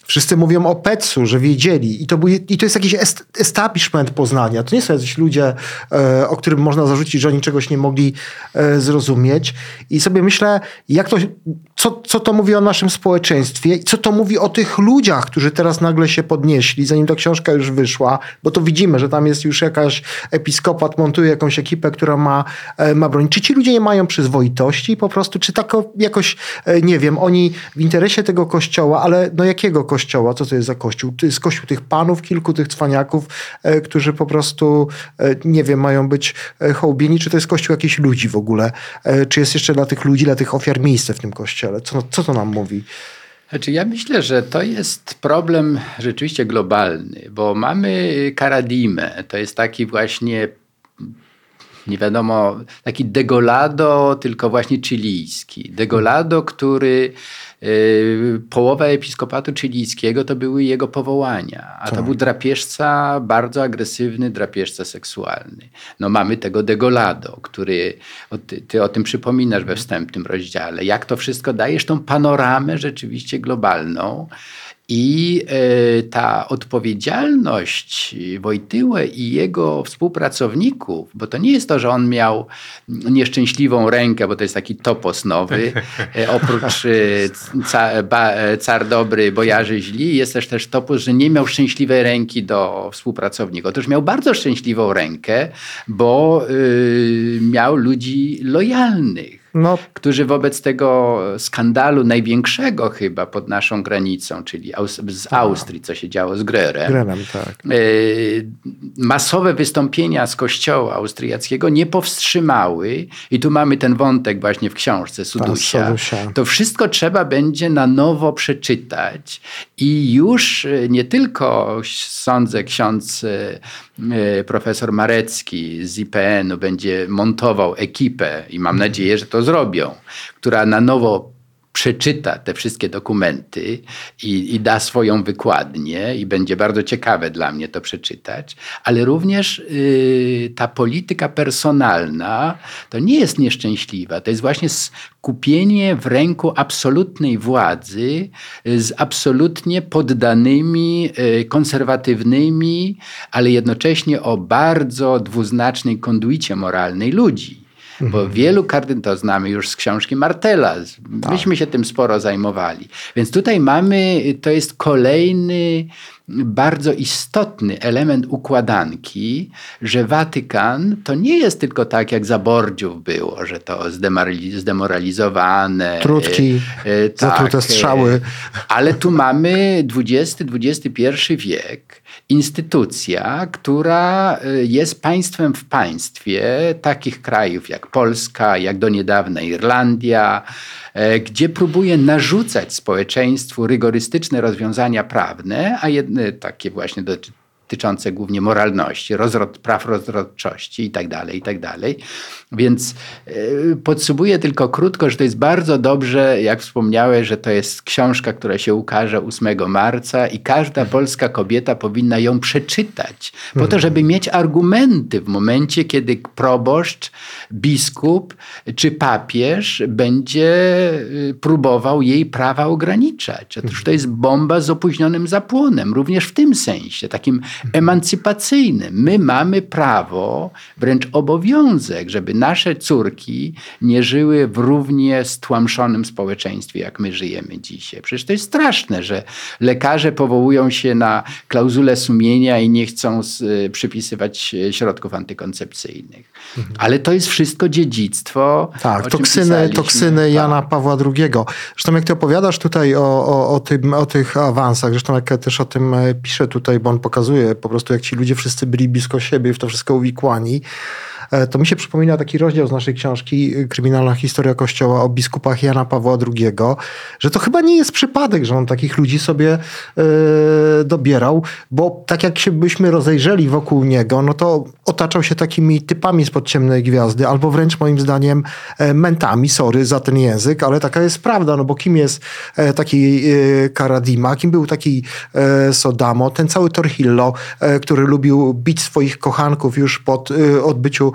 Wszyscy mówią o Petsu, że wiedzieli. I to, był, i to jest jakiś est, establishment Poznania. To nie są jacyś ludzie, e, o którym można zarzucić, że oni czegoś nie mogli e, zrozumieć. I sobie myślę, jak to, co, co to mówi o naszym społeczeństwie i co to mówi o tych ludziach, którzy teraz nagle się podnieśli, zanim ta książka już wyszła, bo to widzimy, że tam jest już jakaś episkopat, montuje jakąś ekipę, która ma, e, ma broń. Czy ci ludzie nie mają przyzwoitości po prostu? Czy tak jakoś, e, nie wiem, oni w interesie tego kościoła, ale no jakiego kościoła? Co to jest za kościół? To jest kościół tych panów, kilku tych cwaniaków, e, którzy po prostu, e, nie wiem, mają być e, hołbieni, czy to jest kościół jakichś ludzi w ogóle? E, czy jest jeszcze dla tych ludzi, dla tych ofiar miejsce w tym kościele? Co, co to nam mówi? Znaczy, ja myślę, że to jest problem rzeczywiście globalny, bo mamy Karadimę, to jest taki właśnie, nie wiadomo, taki degolado, tylko właśnie chilijski. Degolado, który y, połowa episkopatu chilijskiego to były jego powołania, a tak. to był drapieżca, bardzo agresywny drapieżca seksualny. No mamy tego degolado, który, o, ty, ty o tym przypominasz we wstępnym rozdziale. Jak to wszystko dajesz tą panoramę rzeczywiście globalną. I y, ta odpowiedzialność Wojtyły i jego współpracowników, bo to nie jest to, że on miał nieszczęśliwą rękę, bo to jest taki topos nowy, y, oprócz y, ca, ba, car dobry, bojarzy źli, jest też też topos, że nie miał szczęśliwej ręki do współpracowników. Otóż miał bardzo szczęśliwą rękę, bo y, miał ludzi lojalnych. No. Którzy wobec tego skandalu największego chyba pod naszą granicą, czyli Aus- z Austrii, co się działo z Grerem, Grerem tak. y- masowe wystąpienia z kościoła austriackiego nie powstrzymały, i tu mamy ten wątek właśnie w książce Sudusia, Sudusia. To wszystko trzeba będzie na nowo przeczytać i już nie tylko, sądzę, ksiądz y, profesor Marecki z I P N u będzie montował ekipę i mam nadzieję, że to zrobią, która na nowo przeczyta te wszystkie dokumenty i, i da swoją wykładnię i będzie bardzo ciekawe dla mnie to przeczytać, ale również y, ta polityka personalna to nie jest nieszczęśliwa. To jest właśnie skupienie w ręku absolutnej władzy z absolutnie poddanymi, y, konserwatywnymi, ale jednocześnie o bardzo dwuznacznej konduicie moralnej ludzi. Bo mhm. wielu kardynałów, to znamy już z książki Martela, tak. myśmy się tym sporo zajmowali. Więc tutaj mamy, to jest kolejny bardzo istotny element układanki, że Watykan to nie jest tylko tak, jak za Bordziów było, że to zdemoralizowane. Trutki, e, tak, zatrute strzały. Ale tu mamy dwudziesty, dwudziesty pierwszy wiek. Instytucja, która jest państwem w państwie takich krajów jak Polska, jak do niedawna Irlandia, gdzie próbuje narzucać społeczeństwu rygorystyczne rozwiązania prawne, a jedne takie właśnie dotyczące głównie moralności, rozrod, praw rozrodczości i tak dalej, i tak dalej. Więc yy, podsumuję tylko krótko, że to jest bardzo dobrze, jak wspomniałeś, że to jest książka, która się ukaże ósmego marca i każda polska kobieta powinna ją przeczytać, po to, żeby mieć argumenty w momencie, kiedy proboszcz, biskup czy papież będzie próbował jej prawa ograniczać. Otóż to jest bomba z opóźnionym zapłonem, również w tym sensie, takim emancypacyjnym. My mamy prawo, wręcz obowiązek, żeby nasze córki nie żyły w równie stłamszonym społeczeństwie, jak my żyjemy dzisiaj. Przecież to jest straszne, że lekarze powołują się na klauzulę sumienia i nie chcą z, przypisywać środków antykoncepcyjnych. Mhm. Ale to jest wszystko dziedzictwo. Tak, toksyny, toksyny Jana Pawła drugiego. Zresztą jak ty opowiadasz tutaj o, o, o, tym, o tych awansach, zresztą jak ja też o tym piszę tutaj, bo on pokazuje po prostu, jak ci ludzie wszyscy byli blisko siebie i w to wszystko uwikłani, to mi się przypomina taki rozdział z naszej książki Kryminalna historia Kościoła o biskupach Jana Pawła drugiego, że to chyba nie jest przypadek, że on takich ludzi sobie yy, dobierał, bo tak jak się byśmy rozejrzeli wokół niego, no to otaczał się takimi typami spod ciemnej gwiazdy, albo wręcz moim zdaniem mentami, sorry za ten język, ale taka jest prawda, no bo kim jest taki yy, Karadima, kim był taki yy, Sodamo, ten cały Torhillo, yy, który lubił bić swoich kochanków już po yy, odbyciu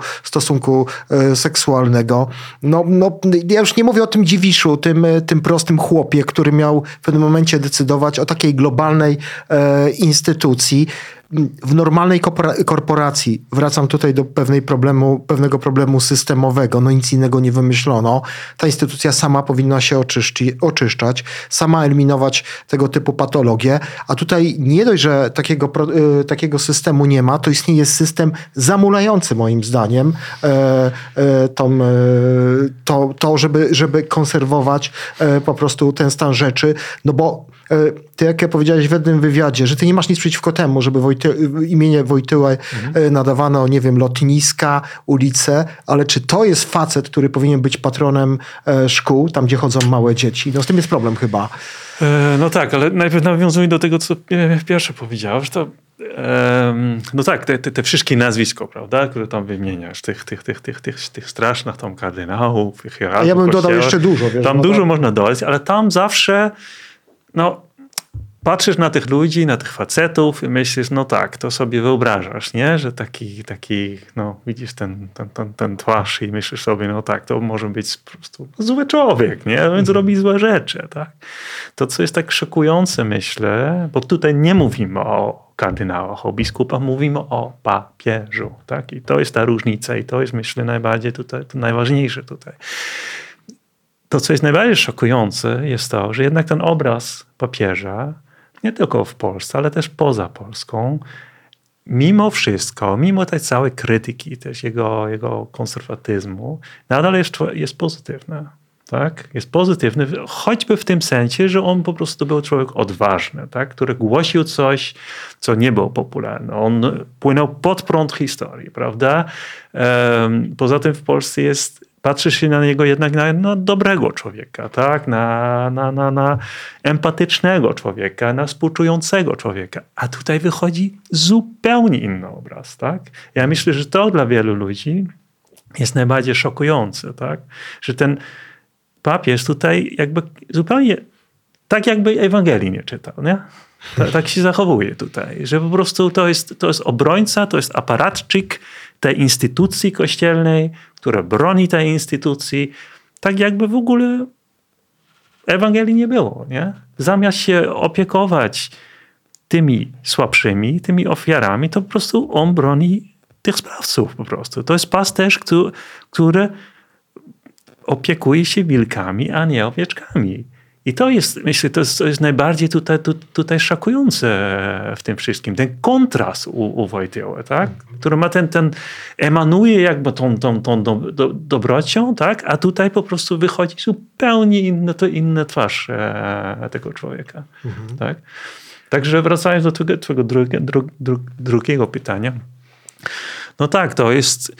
stosunku e, seksualnego. No, no, ja już nie mówię o tym dziwiszu, tym, tym prostym chłopie, który miał w pewnym momencie decydować o takiej globalnej e, instytucji. W normalnej korporacji, wracam tutaj do pewnej problemu, pewnego problemu systemowego, no nic innego nie wymyślono. Ta instytucja sama powinna się oczyszci, oczyszczać, sama eliminować tego typu patologie, a tutaj nie dość, że takiego, y, takiego systemu nie ma, to istnieje system zamulający moim zdaniem e, e, tą, e, to, to żeby, żeby konserwować e, po prostu ten stan rzeczy, no bo e, ty, jak ja powiedziałeś w jednym wywiadzie, że ty nie masz nic przeciwko temu, żeby Wojty, imienie Wojtyły mhm. nadawano, nie wiem, lotniska, ulice, ale czy to jest facet, który powinien być patronem e, szkół, tam gdzie chodzą małe dzieci? No z tym jest problem chyba. E, no tak, ale najpierw nawiązuję do tego, co pierwsze powiedziałeś, to e, no tak, te, te, te wszystkie nazwiska, prawda, które tam wymieniasz, tych, tych, tych, tych, tych, tych strasznych tam kardynałów, hierarchów. A ja bym kościoła, dodał jeszcze dużo. Wiesz, tam no dużo tak. można dodać, ale tam zawsze, no patrzysz na tych ludzi, na tych facetów i myślisz, no tak, to sobie wyobrażasz, nie? Że taki, taki no widzisz ten, ten, ten, ten twarz i myślisz sobie, no tak, to może być po prostu zły człowiek, nie? Więc mhm. robi złe rzeczy, tak? To, co jest tak szokujące, myślę, bo tutaj nie mówimy o kardynałach, o biskupach, mówimy o papieżu, tak? I to jest ta różnica i to jest, myślę, najbardziej tutaj, to najważniejsze tutaj. To, co jest najbardziej szokujące, jest to, że jednak ten obraz papieża, nie tylko w Polsce, ale też poza Polską, mimo wszystko, mimo tej całej krytyki, też jego, jego konserwatyzmu, nadal jest, jest pozytywny. Tak? Jest pozytywny, choćby w tym sensie, że on po prostu był człowiek odważny, tak? Który głosił coś, co nie było popularne. On płynął pod prąd historii, prawda? Poza tym w Polsce jest patrzy się na niego jednak na, na dobrego człowieka, tak? na, na, na, na empatycznego człowieka, na współczującego człowieka. A tutaj wychodzi zupełnie inny obraz. Tak? Ja myślę, że to dla wielu ludzi jest najbardziej szokujące. Tak? Że ten papież tutaj jakby zupełnie tak jakby Ewangelii nie czytał. Nie? Tak, tak się zachowuje tutaj. Że po prostu to jest, to jest obrońca, to jest aparatczyk tej instytucji kościelnej, która broni tej instytucji, tak jakby w ogóle Ewangelii nie było. Nie? Zamiast się opiekować tymi słabszymi, tymi ofiarami, to po prostu on broni tych sprawców po prostu. To jest pasterz, który, który opiekuje się wilkami, a nie owieczkami. I to jest, myślę, to jest, to jest najbardziej tutaj, tu, tutaj szokujące w tym wszystkim. Ten kontrast u, u Wojtyły, tak? Który ma ten, ten emanuje jakby tą, tą, tą do, do, dobrocią, tak? A tutaj po prostu wychodzi zupełnie inny, to inna twarz e, tego człowieka. Mhm. Tak? Także wracając do twojego, twojego drugie, dru, dru, drugiego pytania. No tak, to jest,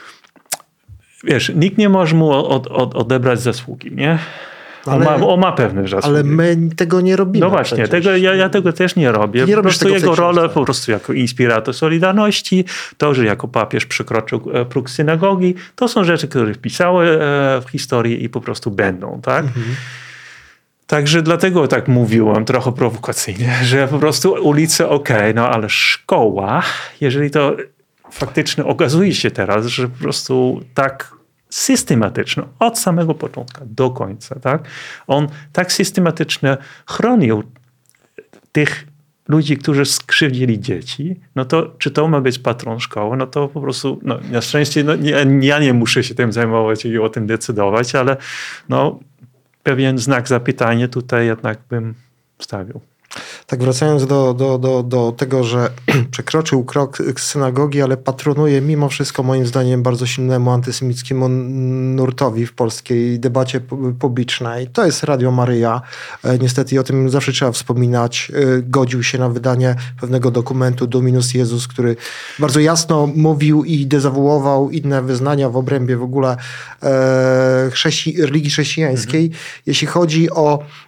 wiesz, nikt nie może mu od, od, odebrać zasługi, nie? Ale, on, ma, on ma pewne zasługi. Ale my tego nie robimy. No właśnie, tego, ja, ja tego też nie robię. Nie po prostu jego rolę po prostu jako inspirator Solidarności, to, że jako papież przekroczył próg synagogi, to są rzeczy, które wpisały w historię i po prostu będą, tak? Mhm. Także dlatego tak mówiłem trochę prowokacyjnie, że po prostu ulice okej, okay, no ale szkoła, jeżeli to faktycznie okazuje się teraz, że po prostu tak systematyczny, od samego początku do końca, tak? On tak systematycznie chronił tych ludzi, którzy skrzywdzili dzieci, no to czy to ma być patron szkoły? No to po prostu, no, na szczęście no, nie, ja nie muszę się tym zajmować i o tym decydować, ale no, pewien znak zapytania tutaj jednak bym stawił. Tak, wracając do, do, do, do tego, że przekroczył krok z synagogi, ale patronuje mimo wszystko moim zdaniem bardzo silnemu antysemickiemu nurtowi w polskiej debacie publicznej. To jest Radio Maryja. Niestety i o tym zawsze trzeba wspominać. Godził się na wydanie pewnego dokumentu Dominus Jezus, który bardzo jasno mówił i dezawuował inne wyznania w obrębie w ogóle e, chrześci- religii chrześcijańskiej. Mhm. Jeśli chodzi o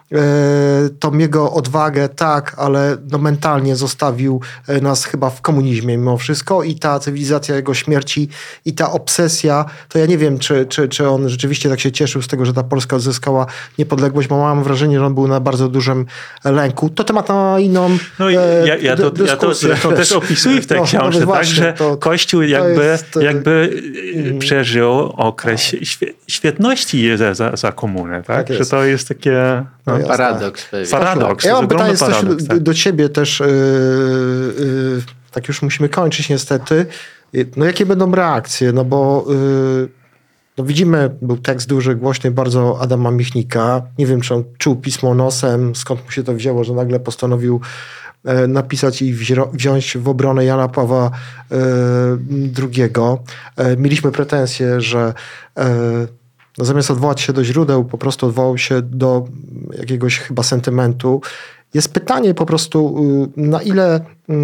tą jego odwagę, tak, ale no mentalnie zostawił nas chyba w komunizmie mimo wszystko i ta cywilizacja jego śmierci i ta obsesja, to ja nie wiem, czy, czy, czy on rzeczywiście tak się cieszył z tego, że ta Polska odzyskała niepodległość, bo mam wrażenie, że on był na bardzo dużym lęku. To temat na inną No i ja, ja, to, ja to zresztą też opisuję w tej no, książce, no właśnie, tak, że to, Kościół jakby, jest, jakby mm, przeżył okres świe, świetności za, za, za komunę, tak? Tak że to jest takie... No, jest, paradoks pewien. Paradoks. Ja mam pytanie paradoks, coś tak. do ciebie też, yy, yy, tak już musimy kończyć niestety. No jakie będą reakcje? No bo yy, no widzimy, był tekst duży, głośny bardzo Adama Michnika. Nie wiem, czy on czuł pismo nosem, skąd mu się to wzięło, że nagle postanowił yy, napisać i wzi- wziąć w obronę Jana Pawła yy, drugiego. Yy, mieliśmy pretensje, że yy, no zamiast odwołać się do źródeł, po prostu odwołał się do jakiegoś chyba sentymentu. Jest pytanie po prostu, na ile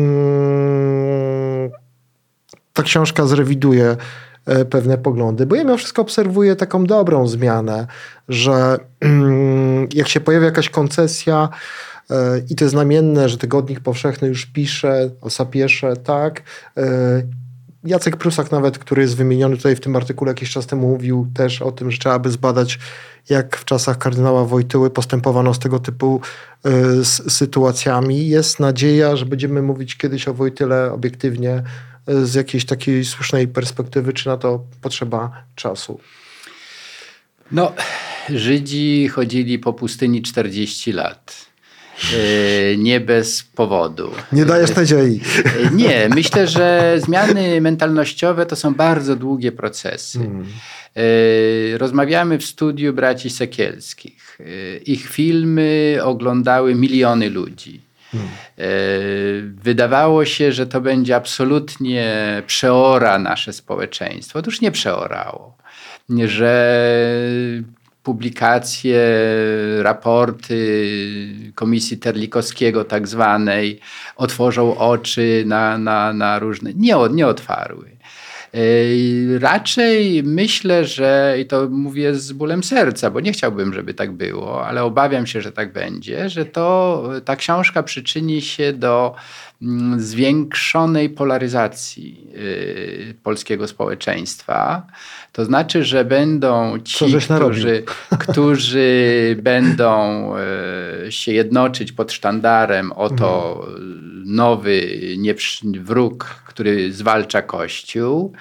mm, ta książka zrewiduje pewne poglądy, bo ja mimo wszystko obserwuję taką dobrą zmianę, że mm, jak się pojawia jakaś koncesja y, i to jest znamienne, że Tygodnik Powszechny już pisze o Sapiesze, tak, y, Jacek Prusak nawet, który jest wymieniony tutaj w tym artykule jakiś czas temu, mówił też o tym, że trzeba by zbadać, jak w czasach kardynała Wojtyły postępowano z tego typu y, z sytuacjami. Jest nadzieja, że będziemy mówić kiedyś o Wojtyle obiektywnie y, z jakiejś takiej słusznej perspektywy, czy na to potrzeba czasu? No, Żydzi chodzili po pustyni czterdzieści lat. Nie bez powodu. Nie dajesz nadziei. Nie, myślę, że zmiany mentalnościowe to są bardzo długie procesy. Hmm. Rozmawiamy w studiu braci Sekielskich. Ich filmy oglądały miliony ludzi. Hmm. Wydawało się, że to będzie absolutnie przeora nasze społeczeństwo. Otóż nie przeorało. Że publikacje, raporty Komisji Terlikowskiego tak zwanej otworzą oczy na, na, na różne... Nie, nie otwarły. Raczej myślę, że, i to mówię z bólem serca, bo nie chciałbym, żeby tak było, ale obawiam się, że tak będzie, że to ta książka przyczyni się do zwiększonej polaryzacji y, polskiego społeczeństwa. To znaczy, że będą ci, którzy, którzy będą y, się jednoczyć pod sztandarem oto mhm. nowy nieprzy- wróg, który zwalcza Kościół.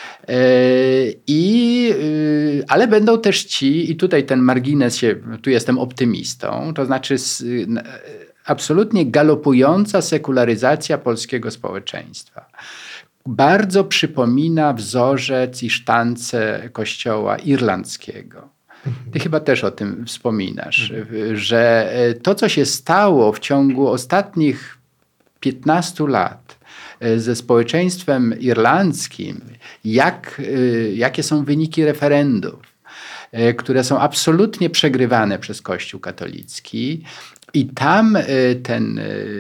Y, i, y, ale będą też ci, i tutaj ten margines się, tu jestem optymistą, to znaczy y, absolutnie galopująca sekularyzacja polskiego społeczeństwa. Bardzo przypomina wzorzec i sztance kościoła irlandzkiego. Ty chyba też o tym wspominasz, że to, co się stało w ciągu ostatnich piętnastu lat ze społeczeństwem irlandzkim, jak, jakie są wyniki referendów, które są absolutnie przegrywane przez Kościół katolicki. I tam ten,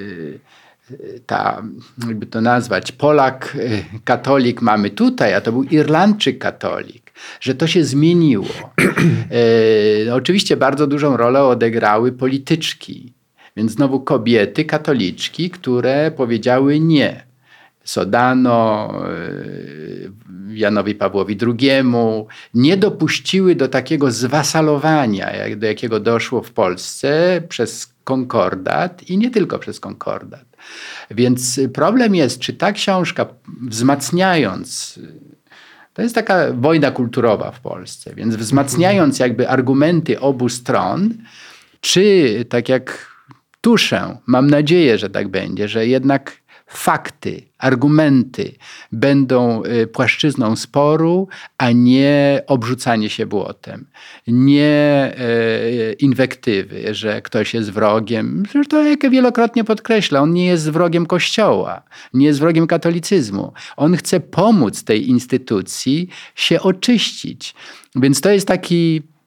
ta, jakby to nazwać, Polak katolik mamy tutaj, a to był Irlandczyk katolik, że to się zmieniło. E, oczywiście bardzo dużą rolę odegrały polityczki, więc znowu kobiety katoliczki, które powiedziały nie. Sodano, Janowi Pawłowi drugiemu, nie dopuściły do takiego zwasalowania, jak, do jakiego doszło w Polsce przez konkordat i nie tylko przez konkordat. Więc problem jest, czy ta książka wzmacniając, to jest taka wojna kulturowa w Polsce, więc wzmacniając jakby argumenty obu stron, czy tak jak tuszę, mam nadzieję, że tak będzie, że jednak fakty, argumenty będą płaszczyzną sporu, a nie obrzucanie się błotem. Nie e, inwektywy, że ktoś jest wrogiem. Zresztą jak wielokrotnie podkreśla, on nie jest wrogiem Kościoła, nie jest wrogiem katolicyzmu. On chce pomóc tej instytucji się oczyścić. Więc to jest taki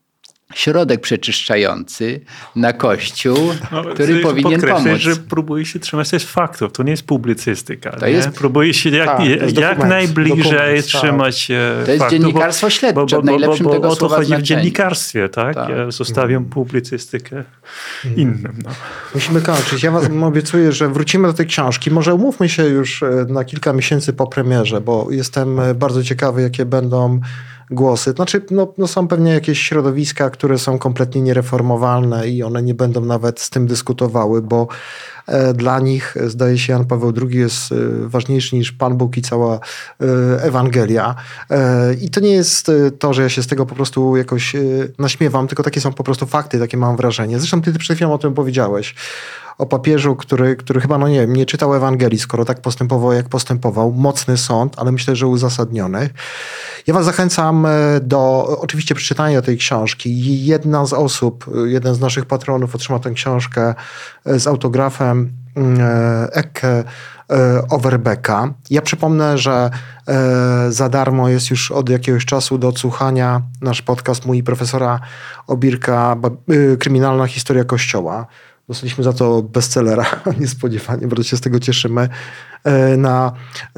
środek przeczyszczający na Kościół, No, który powinien pomóc. że próbuje się trzymać też faktów. To nie jest publicystyka. To nie? jest- Próbuje się jak, Tak, to jest jak dokument, najbliżej dokument, trzymać się To jest faktów, dziennikarstwo śledcze w najlepszym bo, bo, tego bo o to słowa chodzi w znaczeniu. dziennikarstwie. Tak? Tak. Ja zostawiam publicystykę innym. No. Musimy kończyć. Ja wam obiecuję, że wrócimy do tej książki. Może umówmy się już e, na kilka miesięcy po premierze, bo jestem e, bardzo ciekawy, jakie będą głosy. Znaczy, no, no są pewnie jakieś środowiska, które są kompletnie niereformowalne i one nie będą nawet z tym dyskutowały, bo e, dla nich, e, zdaje się, Jan Paweł drugi jest e, ważniejszy niż Pan Bóg i cała e, Ewangelia. E, I to nie jest e, to, że ja się z tego po prostu jakoś e, naśmiewam, tylko takie są po prostu fakty, takie mam wrażenie. Zresztą ty, ty przed chwilą o tym powiedziałeś. O papieżu, który, który chyba, no nie wiem, nie czytał Ewangelii, skoro tak postępował, jak postępował. Mocny sąd, ale myślę, że uzasadniony. Ja was zachęcam do oczywiście przeczytania tej książki. Jedna z osób, jeden z naszych patronów otrzymał tę książkę z autografem Ecke Overbecka. Ja przypomnę, że za darmo jest już od jakiegoś czasu do odsłuchania nasz podcast mój profesora Obirka, Kryminalna historia Kościoła. Dostaliśmy za to bestsellera, niespodziewanie, bardzo się z tego cieszymy, na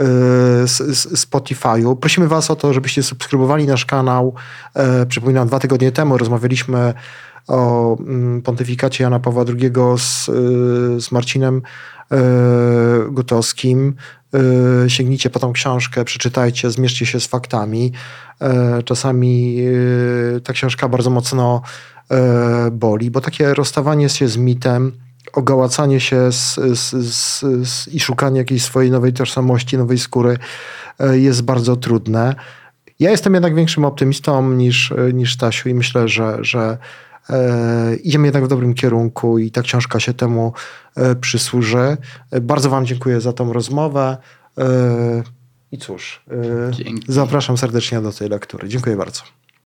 Spotify'u. Prosimy was o to, żebyście subskrybowali nasz kanał. Przypominam, dwa tygodnie temu rozmawialiśmy o pontyfikacie Jana Pawła drugiego z, z Marcinem Gutowskim. Sięgnijcie po tą książkę, przeczytajcie, zmierzcie się z faktami. Czasami ta książka bardzo mocno boli, bo takie rozstawanie się z mitem, ogałacanie się z, z, z, z, i szukanie jakiejś swojej nowej tożsamości, nowej skóry jest bardzo trudne. Ja jestem jednak większym optymistą niż, niż Stasiu i myślę, że, że e, idziemy jednak w dobrym kierunku i ta książka się temu e, przysłuży. Bardzo wam dziękuję za tą rozmowę e, i cóż, e, Dzięki. zapraszam serdecznie do tej lektury. Dziękuję bardzo.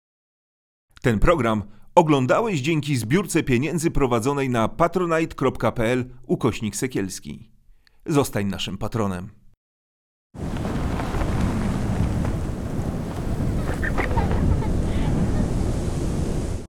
Ten program oglądałeś dzięki zbiórce pieniędzy prowadzonej na patronite kropka pl ukośnik Sekielski. Zostań naszym patronem.